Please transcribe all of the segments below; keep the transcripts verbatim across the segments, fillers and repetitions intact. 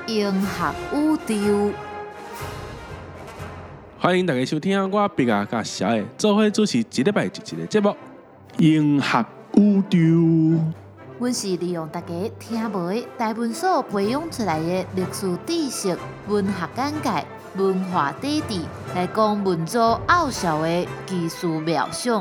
融合宇宙。 欢迎大家收听我毕亚甲小的做伙主持一礼拜一集的节目《融合宇宙》。 阮是利用大家听袂台文所培养出来的历史知识、文学简介、文化底底，来讲文组奥妙的技术妙想。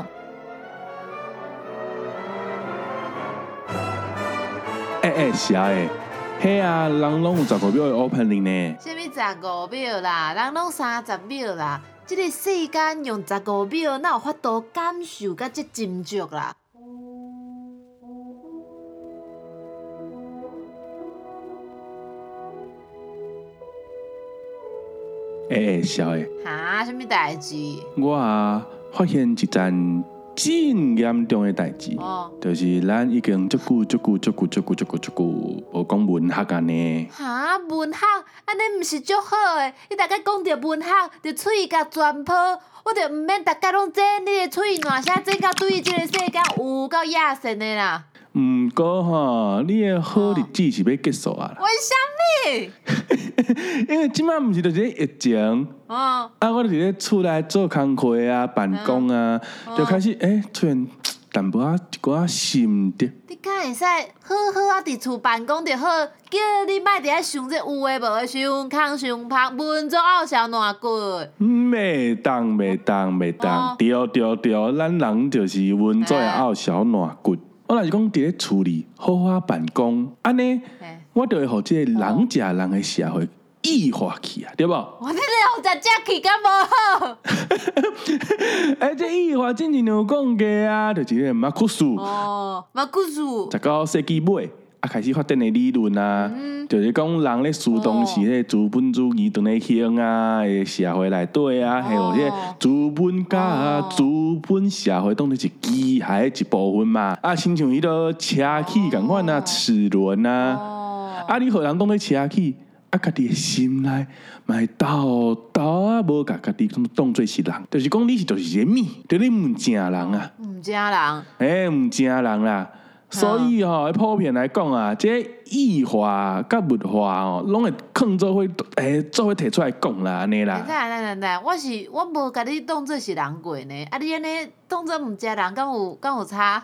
哎哎，小的，嘿啊，人拢有十五秒的 opening 呢。 什么十五秒啦？人拢三十秒啦。这个世间用十五秒，哪有法度感受甲这斟酌啦？ 哎哎，小的， 哈，什么代志？ 我啊发现一件真严重的代志， 哦， 就是咱已经足久足久足久足久足久足久无讲文学安尼。 哈，文学安尼毋是足好诶！你大概讲着文学，着喙甲全破，我着毋免大家拢整你的喙烂声，整到对即个世间有够野性的啦。 毋过吼，你的好日子是要结束啊啦， 为什么？ 因为即摆毋是就是疫情。 哦， 啊，我伫咧厝内做工课啊、办公啊，就开始诶、欸、出现淡薄仔一寡心得。 你敢会使好好啊伫厝办公就好，叫你莫伫遐想这有诶无诶，想空想拍，文作奥小烂骨。 袂当袂当袂当， 哦对对对，咱人就是文做的奥小烂骨。我若是讲伫咧厝里好好办公，安尼我就会互即个人食人的社会异化去啊，对无？ 我你了食食气敢无好？ 哎，这异化真正有讲过啊，就是迄个马库斯。 哦，马库斯。 十九世纪尾啊，开始发展的理论啊，嗯、就是讲人咧主动是迄资本主义当咧行啊，诶社会内底啊，还有迄资本家啊，资本社会当咧是机械的一部分嘛。啊，亲像迄个车企共款啊，齿轮啊，哦、啊，你互人当咧车企。啊，家己的心内嘛会斗斗啊，无甲家己当做是人，就是讲你是就是一个物，就你毋正人啊， 毋正人， 诶，毋正人啦。所以吼、哦，普遍来讲啊，这异化甲物化哦，拢会放做伙诶，做伙摕出来讲啦，安尼啦。 等下等下等下，我是我无甲你当做是人过呢，啊，你安尼当做毋正人，敢有敢有差？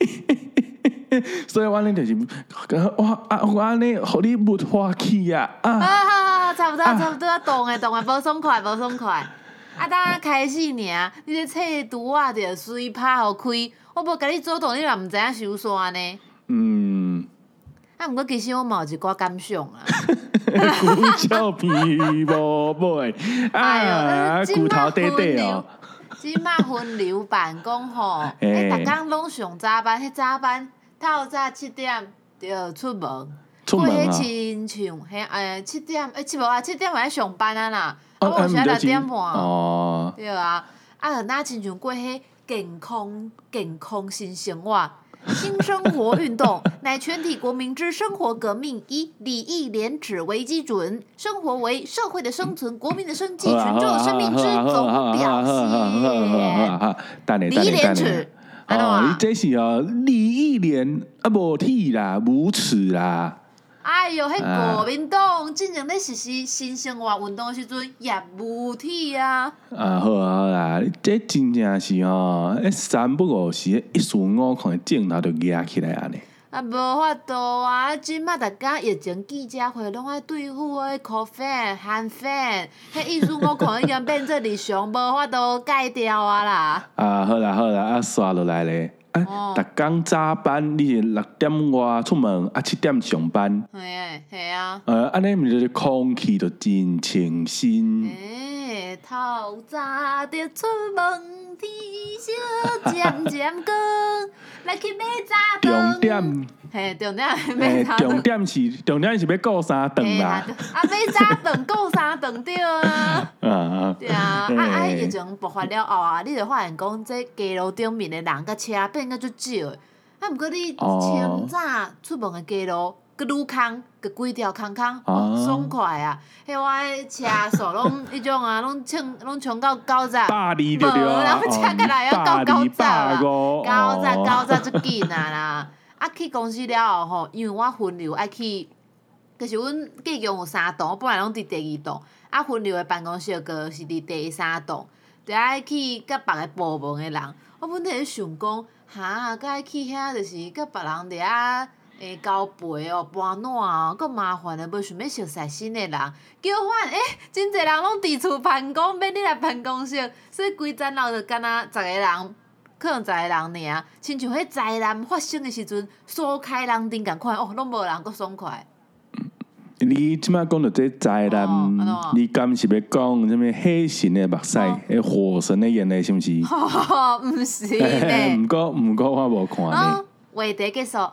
所以我呢就是，我啊我安尼，互你物化去啊啊！ 啊，差不多差不多，动诶动诶，无爽快无爽快。啊，等开始尔，你这册拄啊着随拍互开，我无甲你做动，你若毋知影收线呢？ 嗯。 啊，毋过其实我嘛有一寡感想啦。 骨笑皮无买，啊，骨头短短哦。 即马分流办公吼，诶，逐工拢上早班，迄早班。透早七点就出门， 出门啊！ 亲像嘿，诶，七点诶，七无啊，七点还上班啊啦，啊，我是六点半，哦，对啊，啊，那亲像过迄健康健康新生活，新生活运动乃全体国民之生活革命，以礼义廉耻为基准，生活为社会的生存，国民的生计，群众生命之总表现。礼义廉耻。 哦，你这是哦，礼义廉啊，无体啦，无耻啦。 哎哟，迄国民党真正咧实施新生活运动的时阵，也无体啊。 啊，好啊好啦，这真正是哦，迄三不五时，一时五看镜头就压起来安尼。 啊，无法度啊！即马逐家疫情记者会拢爱对付迄 Covid、韩粉，迄意思我看已经变做日常，无法度改掉啊啦。 啊，好啦好啦，啊刷落来咧。啊，逐工早班，你是六点外出门，啊七点上班。 系诶，系啊。 呃，安尼毋就是空气就真清新。 诶，透早着出门，天色渐渐光，来去买早顿。重点。 嘿，重点是买早顿。 重点是重点是要顾三顿啦。 啊，买早顿顾三顿对啊。 啊。 对啊，啊啊！疫情爆发了后啊，你就发现讲，这街路顶面的人甲车变甲足少的。啊，毋过你清早出门的街路，佮愈空，佮几条空空，哦，爽快啊！迄我的车速拢迄种啊，拢冲拢冲到九十， 百二就对啊， 然后车过来要到九十啊， 九十九十足紧啊啦！啊，去公司了后吼，因为我分流爱去。迄就是阮计共有三栋，我本来拢伫第二栋，啊分流的办公室就是伫第三栋，就爱去甲别个部门的人。我本地咧想讲，哈，甲爱去遐就是甲别人伫遐诶交陪哦、搬烂哦，佫麻烦的，无想要熟悉新的人。叫反诶，真侪人拢伫厝办公，免你来办公室，所以规层楼就敢若十个人。可能十个人尔，亲像迄灾难发生的时阵，所开人丁共款，哦，拢无人，佫爽快。 你即摆讲到这灾难，哦、你敢是要讲什物火神的目屎，迄、哦、火神的眼泪，是毋是？ 哦，毋是咧。 毋过毋过我无看呢。 话题结束。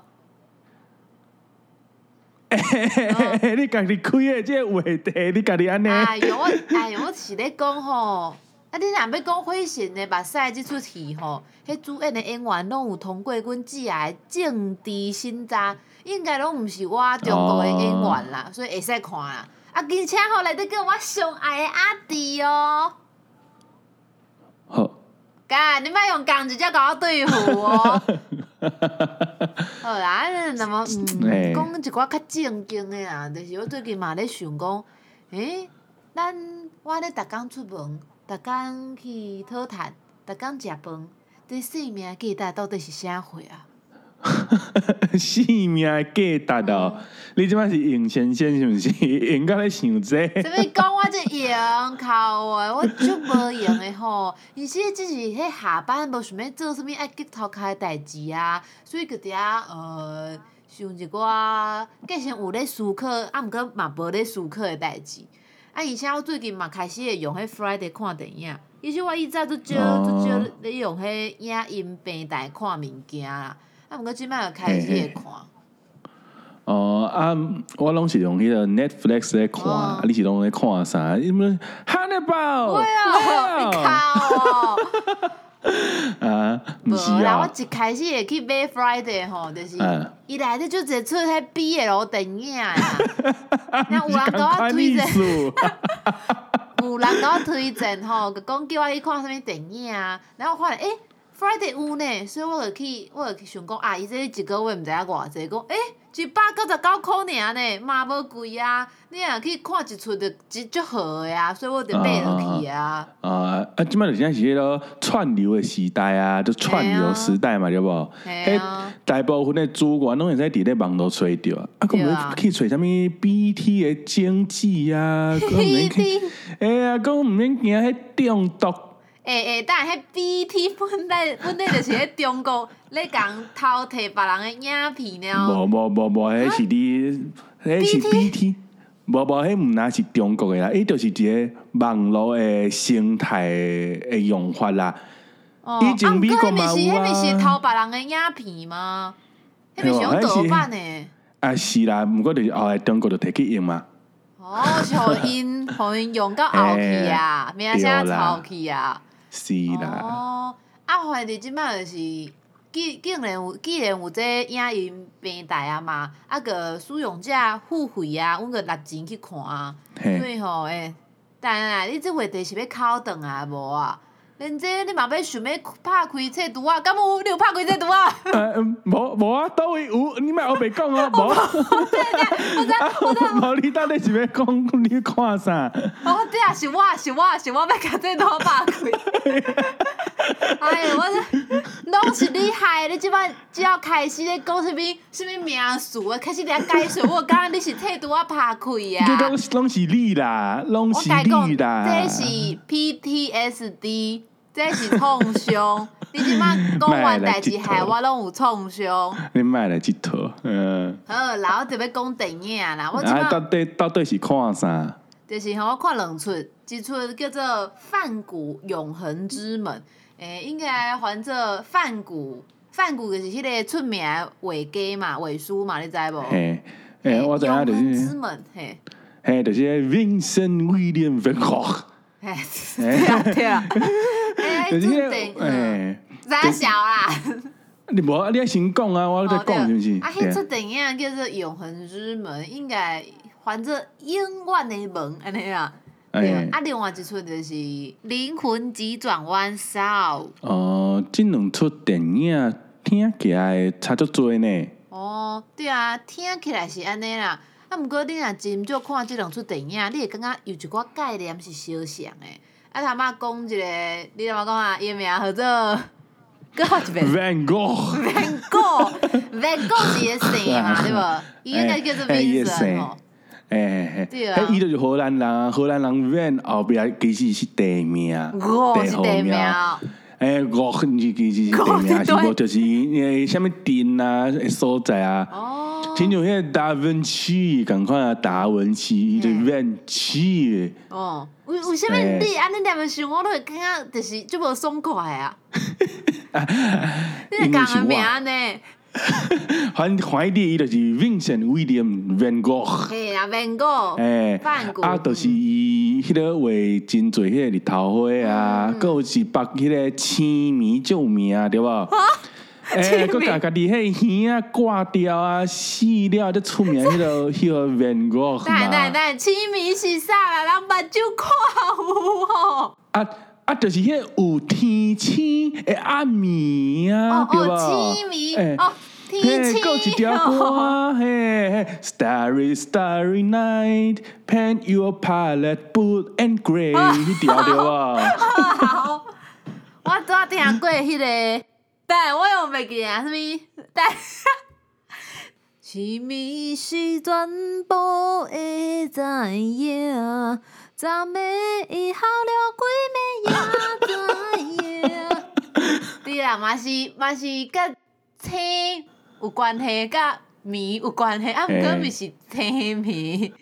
你家己开的这话题，你家己安尼？ 哎呦我，哎呦我是咧讲吼。啊！你若要讲火神的目屎即出戏吼，迄主演的演员拢有通过阮姊仔的政治审查，应该拢毋是我中国的演员啦， oh. 所以会使看啦。啊，而且吼内底佫有我上爱的阿弟哦。 好。 干，你莫用工字才甲我对付哦。好啦，那么嗯，讲一寡较正经的啦，就是我最近嘛咧想讲，诶、欸，咱我咧逐工出门。逐工去讨趁，逐工食饭，这生命的价值到底是啥货啊？ 生命的价值哦，嗯、你即摆是用先生是毋是？用到咧想这？ 啥物讲我这用靠诶，我足无用诶吼。而且只是迄下班无想要做啥物爱激头壳诶代志啊，所以就伫遐呃想一寡，计先有咧思考，啊毋过嘛无咧思考诶代志。啊！而且我最近嘛开始会用迄 Friday 看电影，其实我以前都少都少咧用迄影音平台看物件啦，啊，毋过即摆又开始会看。 哦啊，我拢是用迄个 Netflix 咧看，啊，你是拢咧看啥？你们汉堡包？ 喂啊！你靠哦！ 啊，毋是啊！ 我一开始会去买 Friday 吼，就是伊内底就一出迄 B L 电影啦。然后有人甲我推荐，有人甲我推荐吼，就讲叫我去看啥物电影啊。然后我发现诶 ，Friday 有呢，所以我就去，我就去想讲啊，伊这一个月毋知影偌济，讲诶。一百九十九箍尔呢，嘛无贵啊！你若去看一出，就真足好诶啊，所以我就买落去啊。 啊啊！即摆就真是迄个串流诶时代啊，就串流时代嘛，对无？迄大部分诶资源拢会使伫咧网络找着啊，啊，佫毋去找啥物 B T 诶经济啊，佫毋免去，哎呀，佫毋免惊迄中毒。 诶诶，等下迄 B T 本来本来就是迄中国咧共偷摕别人诶影片了。 无无无无，迄是你，迄是 B T， 无无，迄毋若是中国诶啦，伊就是一个网络诶生态诶用法啦。 哦，啊，毋过迄咪是迄咪是偷别人诶影片吗？迄咪是用盗版诶。 啊是啦，毋过就是后来中国就摕去用嘛。 哦，是互因互因用到后去啊，名声臭去啊。 是啦。 哦，啊，怀疑即摆就是既竟然有，既然有这影音平台啊嘛，啊个使用者付费啊，阮个纳钱去看啊，所以吼诶，当然啦，你这话题是要考顿啊无啊？连这你嘛要想要拍开册橱啊？敢有你有拍开册橱啊？ 呃，无无啊，倒位有，你莫黑白讲哦，无。 我知我知我知。 无你到底是要讲你看啥？ 哦，对啊，是我是我是我要甲这图拍开。哎呀，我这拢是你害的！你即摆只要开始咧讲啥物啥物名词啊，开始咧解说，我感觉你是册橱啊拍开啊。 拢拢是你啦，拢是你啦。 这是 P T S D。这是创伤，你即摆讲完代志害我拢有创伤。 你莫来佚佗，嗯。 好，然后就要讲电影啦。我即摆到底到底是看啥？ 就是吼，我看两出，一出叫做《梵谷永恒之门》，诶、欸，应该翻做梵谷，梵谷就是迄个出名的画家嘛，画师嘛，你知无？ 嘿，诶，我知影就是。永恒之门，嘿。 嘿，就是 Vincent William Van Gogh。 嘿，对啊对啊。诶，出电影，傻小啦。 你无，你爱先讲啊，我在讲是毋是？ 啊，迄出电影叫做《永恒之门》，应该翻做永远的门安尼啦。对，啊，另外一出就是《灵魂急转弯三》。 哦，这两出电影听起来差足多呢。 哦，对啊，听起来是安尼啦。 啊，毋过你若真少看即两出电影，你会感觉有一寡概念是相像诶。啊，头仔讲一个，你头仔讲啊，伊名叫做，搁好一遍。 Van Gogh。 Van Gogh，Van Gogh 是伊姓嘛，对无？伊应该叫做 Vincent 吼。 诶， 对啊。 迄伊就是荷兰人，荷兰人 Van 后壁其实是地名， 哦，是地名。 诶，我很是其实是地名，是无就是诶，啥物镇啊，诶所在啊。哦。亲像迄个达文西共款啊，达文西，伊就 Van 西诶。 哦，为为什么你安尼念诶时，我都会感觉就是足无爽快啊？你个共个名呢？ 反反正伊就是 Vincent William Van Gogh。 嘿啊 ，Van Gogh。 诶， 梵谷。 啊，就是伊迄个画真侪迄个日头花啊，佮有是绑迄个青迷救命啊，对无？诶，佮家家己迄耳啊挂掉啊，死了才出名迄个迄个 Van Gogh 嘛。 等等等，青迷是啥啦？人目睭看有吼。 啊啊，就是迄有天星的暗暝啊，对无？ 哦，青迷哦。 嘿，搁一条歌，嘿嘿 ，Starry Starry Night, paint your palette blue and grey， 迄条对无？ 好，我拄仔听过迄个，但我又袂记啊，啥物？但星是全部会知影，昨暝以后了几暝也知影。对啦，嘛是嘛是甲星。有关系，甲暝有关系，啊，毋过咪是天暝。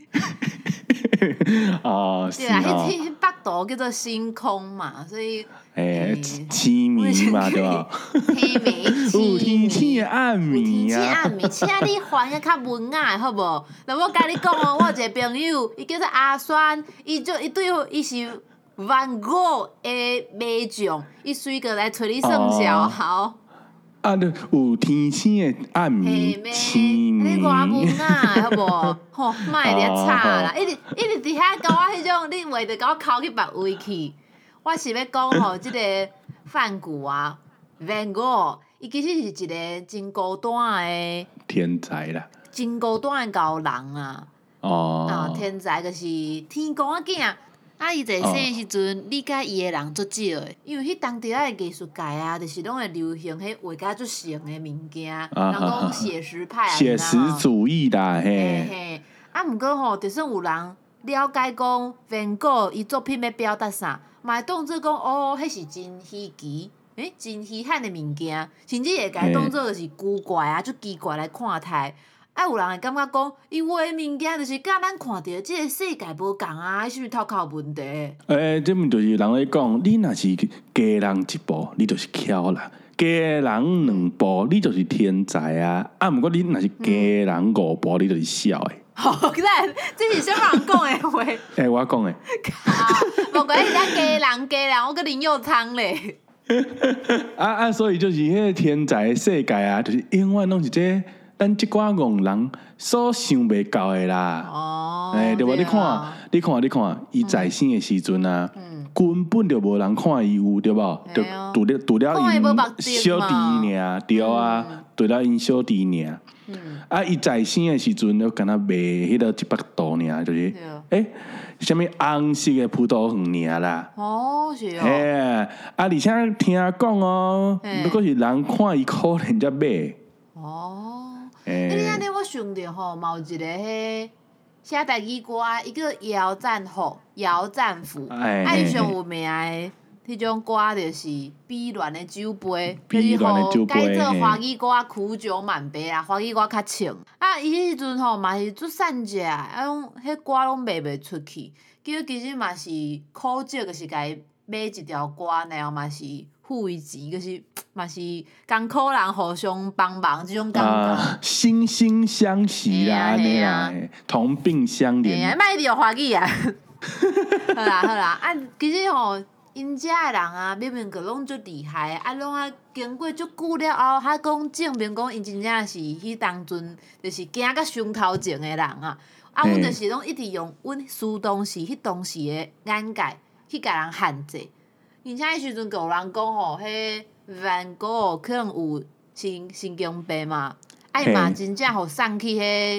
哦， 对啊，迄迄北斗叫做星空嘛，所以。 诶，星暝嘛，对无？ 天暝， 有天星的暗暝啊。 有天星暗暝，请你还个较文雅的好无？那我甲你讲哦，我有一个朋友，伊叫做阿栓，伊就伊对伊是Van Gogh的迷将，伊随个来找你算小好。 啊，有天星的暗暝，星暝。 你看文雅好无？吼，莫会咧吵啦！一直一直伫遐甲我迄种，你话着甲我扣去别位去。我是要讲吼，即个梵谷啊 ，Van Gogh， 伊其实是一个真孤单的天才啦， 真孤单的高人啊。哦。啊，天才就是天公仔囝。啊！伊在生诶时阵，理解伊诶人足少诶，因为迄当地仔诶艺术界啊，就是拢会流行迄画甲足成诶物件，人讲写实派啊， 写实主义啦，嘿。 嘿，啊，毋过吼，就算有人了解讲 Van Gogh 伊作品要表达啥，嘛会当做讲哦，迄是真稀奇，诶，真稀罕诶物件，甚至会甲当做就是古怪啊，足奇怪来看待。啊，有人会感觉讲，伊画诶物件就是甲咱看到即个世界无共啊，迄是毋头壳有问题？ 诶，即毋就是人咧讲，你若是家人一步，你就是巧啦；家人两步，你就是天才啊！啊，毋过你若是家人五步，你就是痟诶。 好，咱这是啥人讲诶话？ 诶，我讲诶。 无怪人家家人家人，我搁林佑昌咧。 啊啊，所以就是迄个天才世界啊，就是永远拢是这。咱即寡戆人所想袂到诶啦，哦，诶，对无？你看，你看，你看，伊在生诶时阵啊，根本就无人看伊有，对无？就除了除了因小弟尔，对啊，除了因小弟尔，啊，伊在生诶时阵，就敢若卖迄个一百度尔，就是诶，啥物红色诶葡萄园尔啦。 哦，是哦。 嘿，啊，而且听讲哦，如果是人看伊，可能才买。哦。 你安尼我想着吼，嘛有一个迄写台语歌，伊叫姚赞福，姚赞福，啊，伊上有名诶，迄种歌就是《碧蓝的酒杯》，就是吼改做华语歌苦酒满杯啊，华语歌较唱。啊，伊迄时阵吼嘛是做善食，啊，拢迄歌拢卖袂出去，结果其实嘛是苦酒，就是甲伊买一条歌，然后嘛是付伊钱，就是嘛是艰苦人互相帮忙即种感觉。啊， 惺惺相惜啦，安尼啦，同病相怜。 哎呀，莫一直用华语啊！好啦好啦，啊，其实吼，因遮诶人啊，明明个拢足厉害，啊，拢啊经过足久了后，还讲证明讲因真正是迄当阵就是行到上头前诶人啊。啊，阮就是拢一直用阮苏当时迄当时诶眼界去甲人限制。而且迄时阵有人讲吼，迄 Van Gogh 可能有神神经病嘛，啊伊嘛真正互送去迄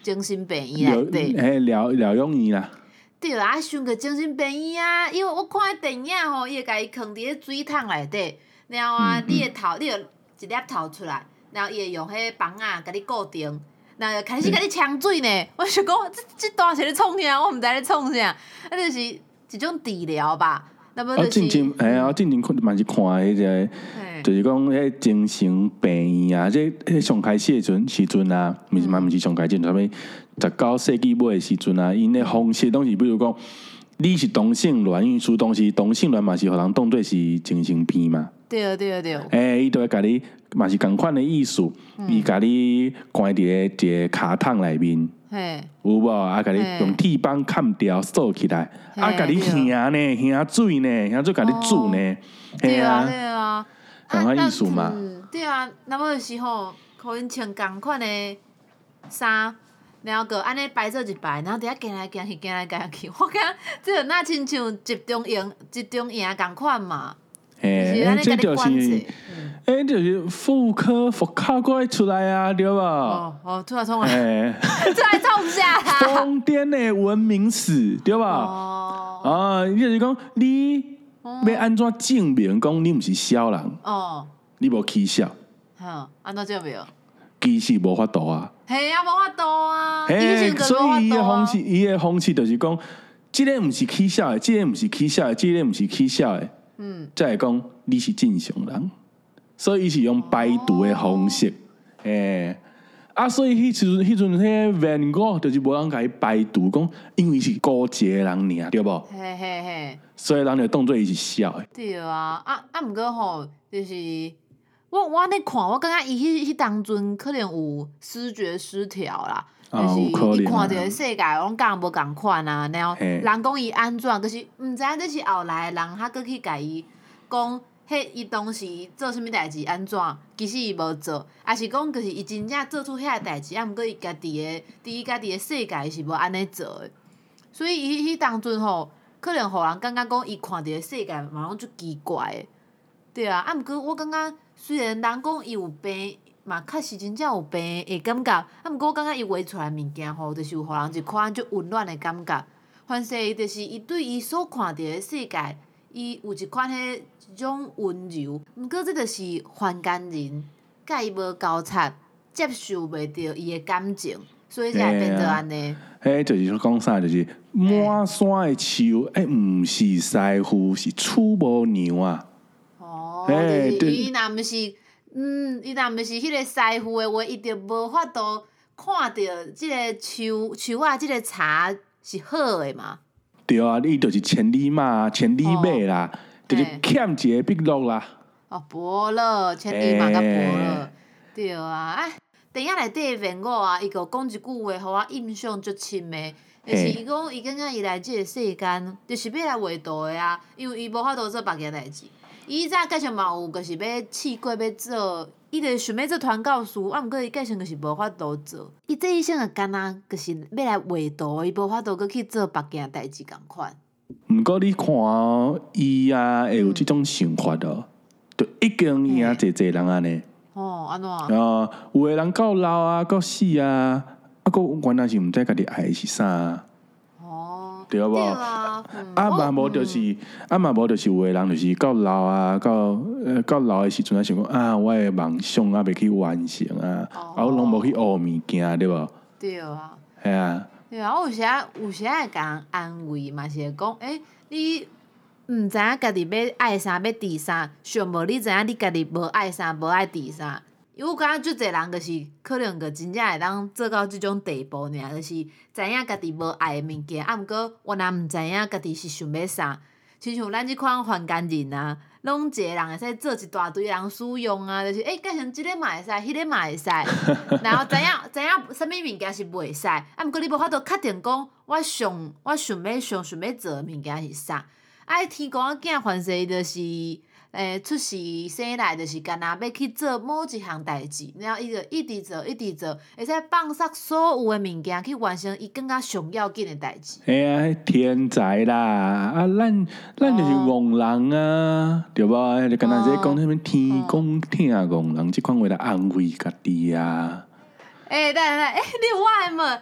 精神病院内底， 嘿疗疗养院啦。 对啊，想个精神病院啊，因为我看迄电影吼，伊会甲伊囥伫咧水桶内底，然后啊，嗯嗯你的头，你着一粒头出来，然后伊会用迄绑啊甲你固定，然后开始甲你呛水呢。嗯、我想讲，这这段是咧创啥？我毋知咧创啥，啊，就是一种治疗吧。那么就是， 进前哎呀，进前看嘛是看迄个，就是讲迄精神病院啊，这迄上开始的时阵时阵啊，毋是嘛毋是上开始，啥物十九世纪末的时阵啊，因咧方式拢是比如讲，你是同性恋，因为属同是同性恋嘛是互人当做是精神病嘛。 对啊对啊对啊。 诶，伊就会甲你嘛是共款的意思，伊甲、嗯、你关伫咧一个卡桶内面。有无啊？甲你用铁棒砍掉锁起来，啊，甲你兄呢，兄水呢，兄水甲你煮呢， 对啊，对啊， 共款意思嘛。 对啊，那么就是吼，互因穿共款的衫，然后个安尼排做一排，然后伫遐行来行去，行来行去，我感这个那亲像集中营、集中营共款嘛。 嘿，这就是，哎，就是妇科妇科过出来啊，对吧？ 哦哦，出来创啊！出来创啥啦？ 疯癫的文明史，对吧？哦，啊，你就是讲你要安怎证明讲你毋是小人？哦，你无起笑。 好，安怎证明？ 其实无法度啊。 系啊，无法度啊。 嘿，所以伊的方式，伊的方式就是讲，即个毋是起笑的，即个毋是起笑的，即个毋是起笑的。嗯，再来讲你是正常人，所以伊是用排毒的方式，诶、哦欸，啊，所以迄时阵迄阵迄万古就是无人甲伊排毒，讲因为是高洁的人尔，对无？ 嘿嘿嘿， 所以人就当做伊是笑的。 对啊，啊啊，毋过吼，就是我我安尼看，我感觉伊迄迄当阵可能有思觉失调啦。就是伊看到世界拢讲无共款啊，然后人讲伊安怎，可是毋知影这是后来的人，他搁去甲伊讲，迄伊当时做啥物代志安怎，其实伊无做，还是讲就是伊真正做出遐代志，啊，毋过伊家己的，伫伊家己的世界是无安尼做的，所以伊迄当阵吼，可能互人感觉讲伊看到的世界嘛拢足奇怪的，对啊，啊，毋过我感觉虽然人讲伊有病。嘛，确实真正有病的感觉，啊，毋过我感觉伊画出来物件吼，就是有互人一款足温暖的感觉。凡是就是伊对伊所看到的世界，伊有一款迄一种温柔。毋过这就是凡间人，甲伊无交叉，接受袂着伊的感情，所以才会变做安尼。 迄就是讲啥？就是满山的树，诶，毋是师傅，是楚无娘啊。 哦，就是伊若毋是。嗯，伊若毋是迄个师傅的话，伊就无法度看到即个树树仔即个茶是好的嘛。 对啊，伊就是千里马、千里马啦，哦、就是欠一个笔录啦。 哦，伯乐，千里马甲伯乐，对啊，哎，电影内底的文物啊，伊个讲一句话，互我印象足深的，就是伊讲伊感觉伊来即个世间，就是要来画图的啊，因为伊无法度做别件代志。伊以前计程嘛有，就是要试过要做，伊就想要做传教士，啊，毋过伊计程就是无法度做。伊这一生就干那，就是要来画图，伊无法度搁去做别件代志共款。 毋过你看伊啊，会有即种想法哦，就已经赢侪侪人安尼。 哦，安怎？ 啊，有个人到老啊，到死啊，啊，佫原来是毋知家己爱是啥。对无？啊，嘛无就是，啊嘛无就是有个人就是到老啊，到呃到老的时阵啊，想讲啊，我的梦想啊，袂去完成啊，啊，我拢无去学物件，对无？ 对啊。 系啊。 对啊，我有时啊，有时啊会甲人安慰嘛，是会讲，诶，你毋知影家己要爱啥，要伫啥，上无你知影你家己无爱啥，无爱伫啥。因为我感觉足侪人就是可能个真正会当做到即种地步尔，就是知影家己无爱的物件，啊，毋过我若毋知影家己是想要啥，亲像咱即款凡间人啊，拢一个人会使做一大堆人使用啊，就是诶，改成即个嘛会使，迄个嘛会使，然后知影知影啥物物件是袂使，啊，毋过你无法度确定讲我上我想要上想要做的物件是啥，啊，天公仔囝凡是就是。诶，出世生来就是干那要去做某一项代志，然后伊就一直做，一直做，会使放下所有的物件去完成伊更较上要紧的代志。 哎呀，天才啦！啊，咱咱就是憨人啊，对无？就干那在讲什么天公疼憨人，即款话来安慰家己啊。 诶，等等，诶，你有我诶无？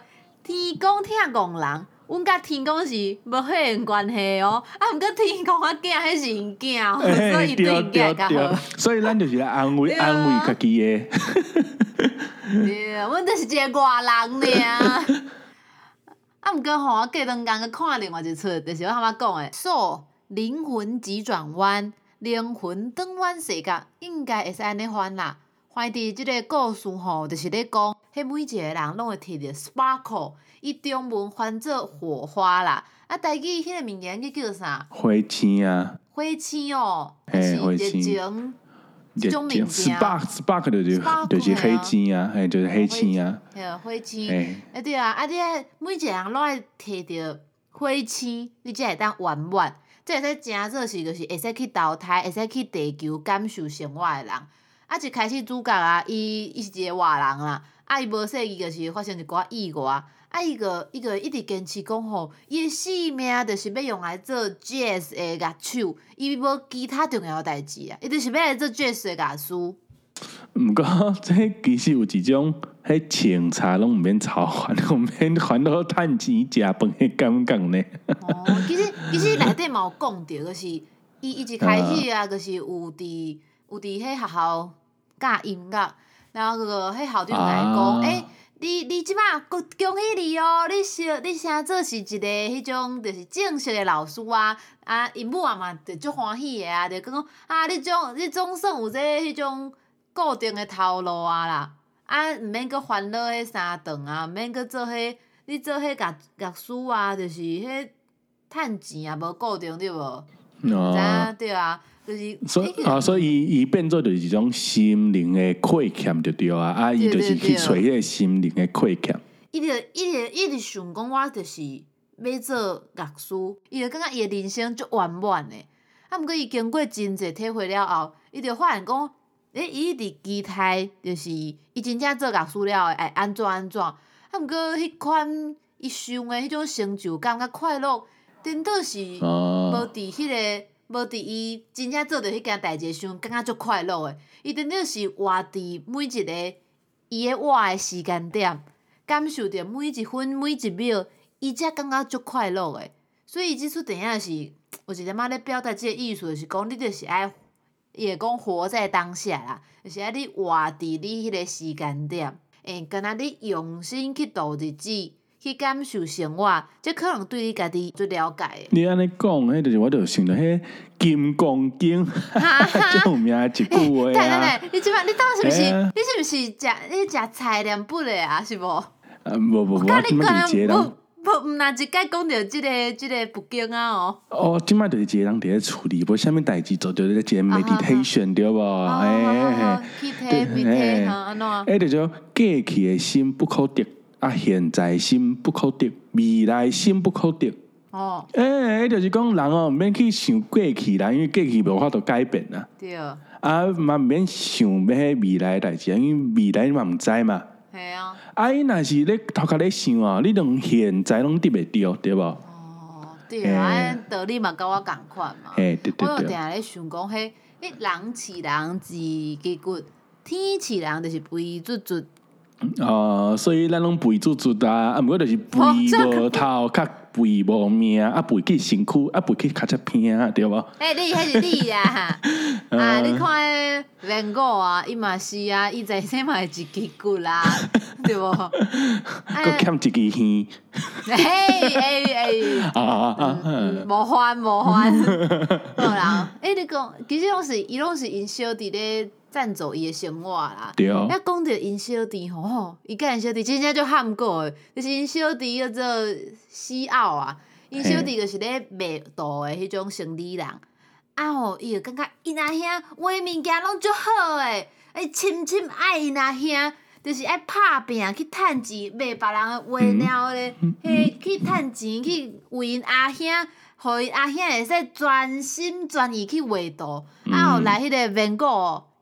天公疼戆人，阮甲天公是无血缘关系哦。啊，毋过天公我囝迄是因囝哦，所以对因囝较好。 所以咱就是来安慰安慰家己的。 对，阮就是一个外人尔。啊，毋过吼，我过两工去看另外一出，就是我头仔讲的《So 灵魂急转弯》，灵魂转弯世界，应该会使安尼翻啦。翻伫即个故事吼，就是咧讲，迄每一个人拢会摕着 sparkle， 伊中文翻做火花啦。啊，台语迄个物件叫叫啥？ 火星啊。 火星哦， 是热情。即种物件 ，spark spark 就是就是火星啊，嘿，就是火星啊。 嘿，火星。哎，对啊，啊，你每一个人拢爱摕着火星，你才会当圆满，这会使真做是，就是会使去投胎，会使去地球感受生活的人。啊，一开始主角啊，伊伊是一个外人啦，啊，伊无说伊就是发生一寡意外。啊，伊个伊个一直坚持讲吼，伊的性命就是要用来做 jazz 的乐手，伊无其他重要代志啊，伊就是要来做 jazz 的乐师。 毋过，这其实有一种，迄清茶拢毋免操烦，毋免烦恼趁钱食饭的感觉呢。 哦，其实其实内底嘛有讲着，就是伊伊一开始啊，就是有伫有伫迄学校教音乐，然后个迄校长来讲，诶、啊。欸你你即摆恭恭喜你哦！你是你先做是一个迄种就是正式的老师啊，啊，因母啊嘛就足欢喜的啊，就讲啊，你总你总算有这迄种固定的头路啊啦，啊，毋免阁烦恼迄三顿啊，毋免阁做迄你做迄乐乐师啊，就是迄趁钱啊无固定对无？哦，知影对啊。就是， 所以啊，所以伊伊变做就是一种心灵的亏欠，就对啊。啊，伊就是去找迄个心灵的亏欠。 伊就伊就伊就想讲，我就是要做乐师，伊就感觉伊的人生足圆满的。啊，毋过伊经过真侪体会了后，伊就发现讲，诶，伊伫期待就是伊真正做乐师了会安怎安怎。啊，毋过迄款伊想的迄种成就感甲快乐，颠倒是无伫迄个。无伫伊真正做着迄件代志上，感觉足快乐诶。伊真正是活伫每一个伊诶活诶时间点，感受着每一分每一秒，伊才感觉足快乐诶。所以即出电影是有一点仔咧表达即个意思，就是讲你就是爱，伊会讲活在当下啦，就是爱你活伫你迄个时间点，诶，敢若你用心去度日子。去感受生活，这可能对你家己最了解的。 你安尼讲，迄就是我就想到迄《金刚经》，最有名一句话啊。 对对对，你即摆你当是毋是？你是毋是食你食菜念本的啊？是无？啊， 无无无，我即摆就是一个人。 无，毋若一解讲着即个即个佛经啊哦。 哦，即摆就是一个人伫咧处理，无啥物代志做着咧一个 meditation 对无？ 哎，去体去体哈安怎？ 哎，就叫过去的心不可得。啊！现在心不可得，未来心不可得。哦，诶、欸，迄就是讲人哦，毋免去想过去啦，因为过去无法度改变啦。 对。 啊，嘛毋免想要迄未来代志，因为未来你嘛毋知嘛。 系啊。 啊，伊若是咧头壳咧想啊，你连现在拢得袂着，对无？ 哦，对啊，道理嘛甲我共款嘛。 嘿，对对对。 我就定咧想讲，迄迄人饲人自己骨，天饲人就是肥卒卒。 哦，所以咱拢肥猪猪啊，啊，毋过就是肥无头壳，肥无命，啊，肥去身躯，啊，肥去脚趾片啊，对无？ 诶，你迄是你啦，啊，你看迄连狗啊，伊嘛是啊，伊在生嘛会一支骨啦，对无？ 佫欠一支耳。 嘿，诶诶，啊啊啊！无翻无翻，好啦，诶，你讲，其实拢是伊拢是因小弟咧。赞助伊的生活啦， 对哦。 要讲着因小弟吼，伊甲因小弟真正就喊过诶，就是因小弟叫做西奥啊，因小弟就是咧卖đồ诶迄种生理人，啊吼，伊就感觉因阿兄画物件拢足好诶，哎，深深爱因阿兄，就是爱拍拼去趁钱，卖别人诶画了咧，迄去趁钱去为因阿兄。互因阿兄会使专心专意去画图，啊后来迄个原稿，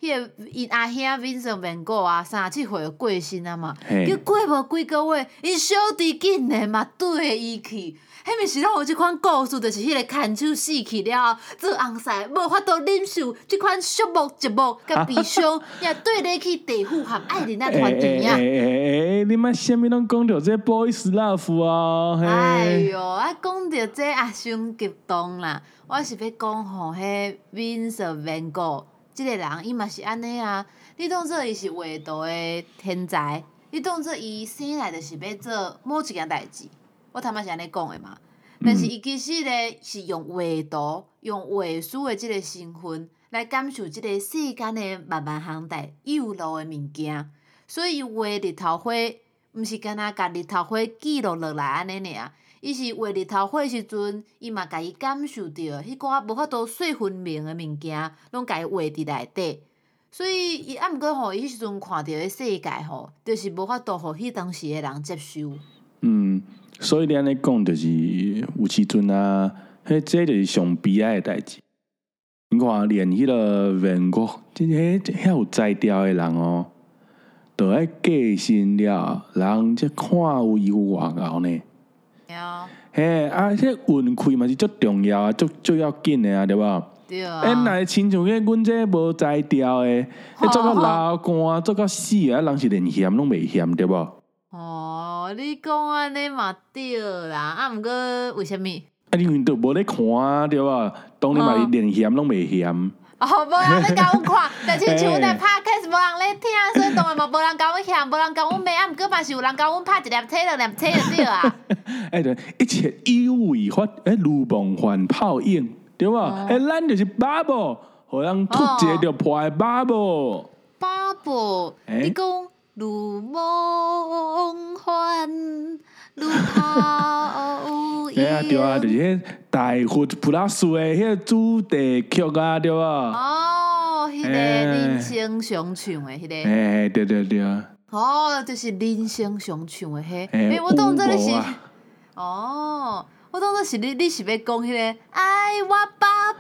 迄个因阿兄 Vincent van Gogh 啊，三十七岁就过身啊嘛，佮过无几个月，因小弟竟然嘛对伊去。迄毋是咱有即款故事，就是迄个牵手死去了后，做红婿无法度忍受即款寂寞、寂寞甲悲伤，也对咧去地府和爱人仔团圆啊！ 诶诶诶，你莫啥物拢讲着这 boys love 啊？ 哎哟，啊讲着这啊，伤激动啦！我是要讲吼，迄 Vincent van Gogh 即个人，伊嘛是安尼啊。你当做伊是画图的天才，你当做伊生来就是要做某一件代志。我头仔是安尼讲的嘛，但是伊其实咧是用画图、用画师的即个身份来感受即个世间的万万项代有路的物件，所以画日头花，毋是干若甲日头花记录落来安尼尔，伊是画日头花的时阵，伊嘛家己感受到迄寡无法度说分明的物件，拢家己画伫内底。所以伊啊，毋过吼，伊迄时阵看到的世界吼，就是无法度互迄当时的人接受。 嗯。所以你安尼讲，就是有时阵啊，迄这就是上悲哀的代志。你看，连迄个van Gogh，即迄遐有才调的人哦，都爱过身了，人则看有伊有外敖呢。 对啊。 嘿，啊，迄运气嘛是足重要啊，足足要紧的啊，对无？ 对啊。 哎，若亲像迄阮这无才调的，迄做到老干，做到死啊，人是连嫌拢袂嫌，对无？ 哦，你讲安尼嘛对啦，啊，毋过为虾米？ 啊，因为都无咧看啊，对吧？当然嘛，连嫌拢袂嫌。 哦，无人咧甲阮看，但是像阮的 podcast 无人咧听，所以当然嘛无人甲阮嫌，无人甲阮骂，啊，毋过嘛是有人甲阮拍一粒车两粒车就对啊。 哎对，一切有为法，哎，如梦幻泡影，对吧？哎，咱就是 bubble， 互人突一个就破的 bubble。 bubble，你讲。如梦幻，如泡影。 哎呀，对啊，就是迄大佛普拉斯的迄个主题曲啊，对吧？ 哦，迄、那个人生上唱的迄、那个。 哎，对对对。 哦，就是人生上唱的迄。哎，我当作你是。哦，我当作是你，你是要讲迄个爱我巴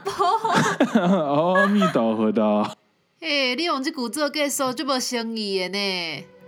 宝。 阿弥陀佛的。 嘿，你用即句做结束，足无诚意的呢。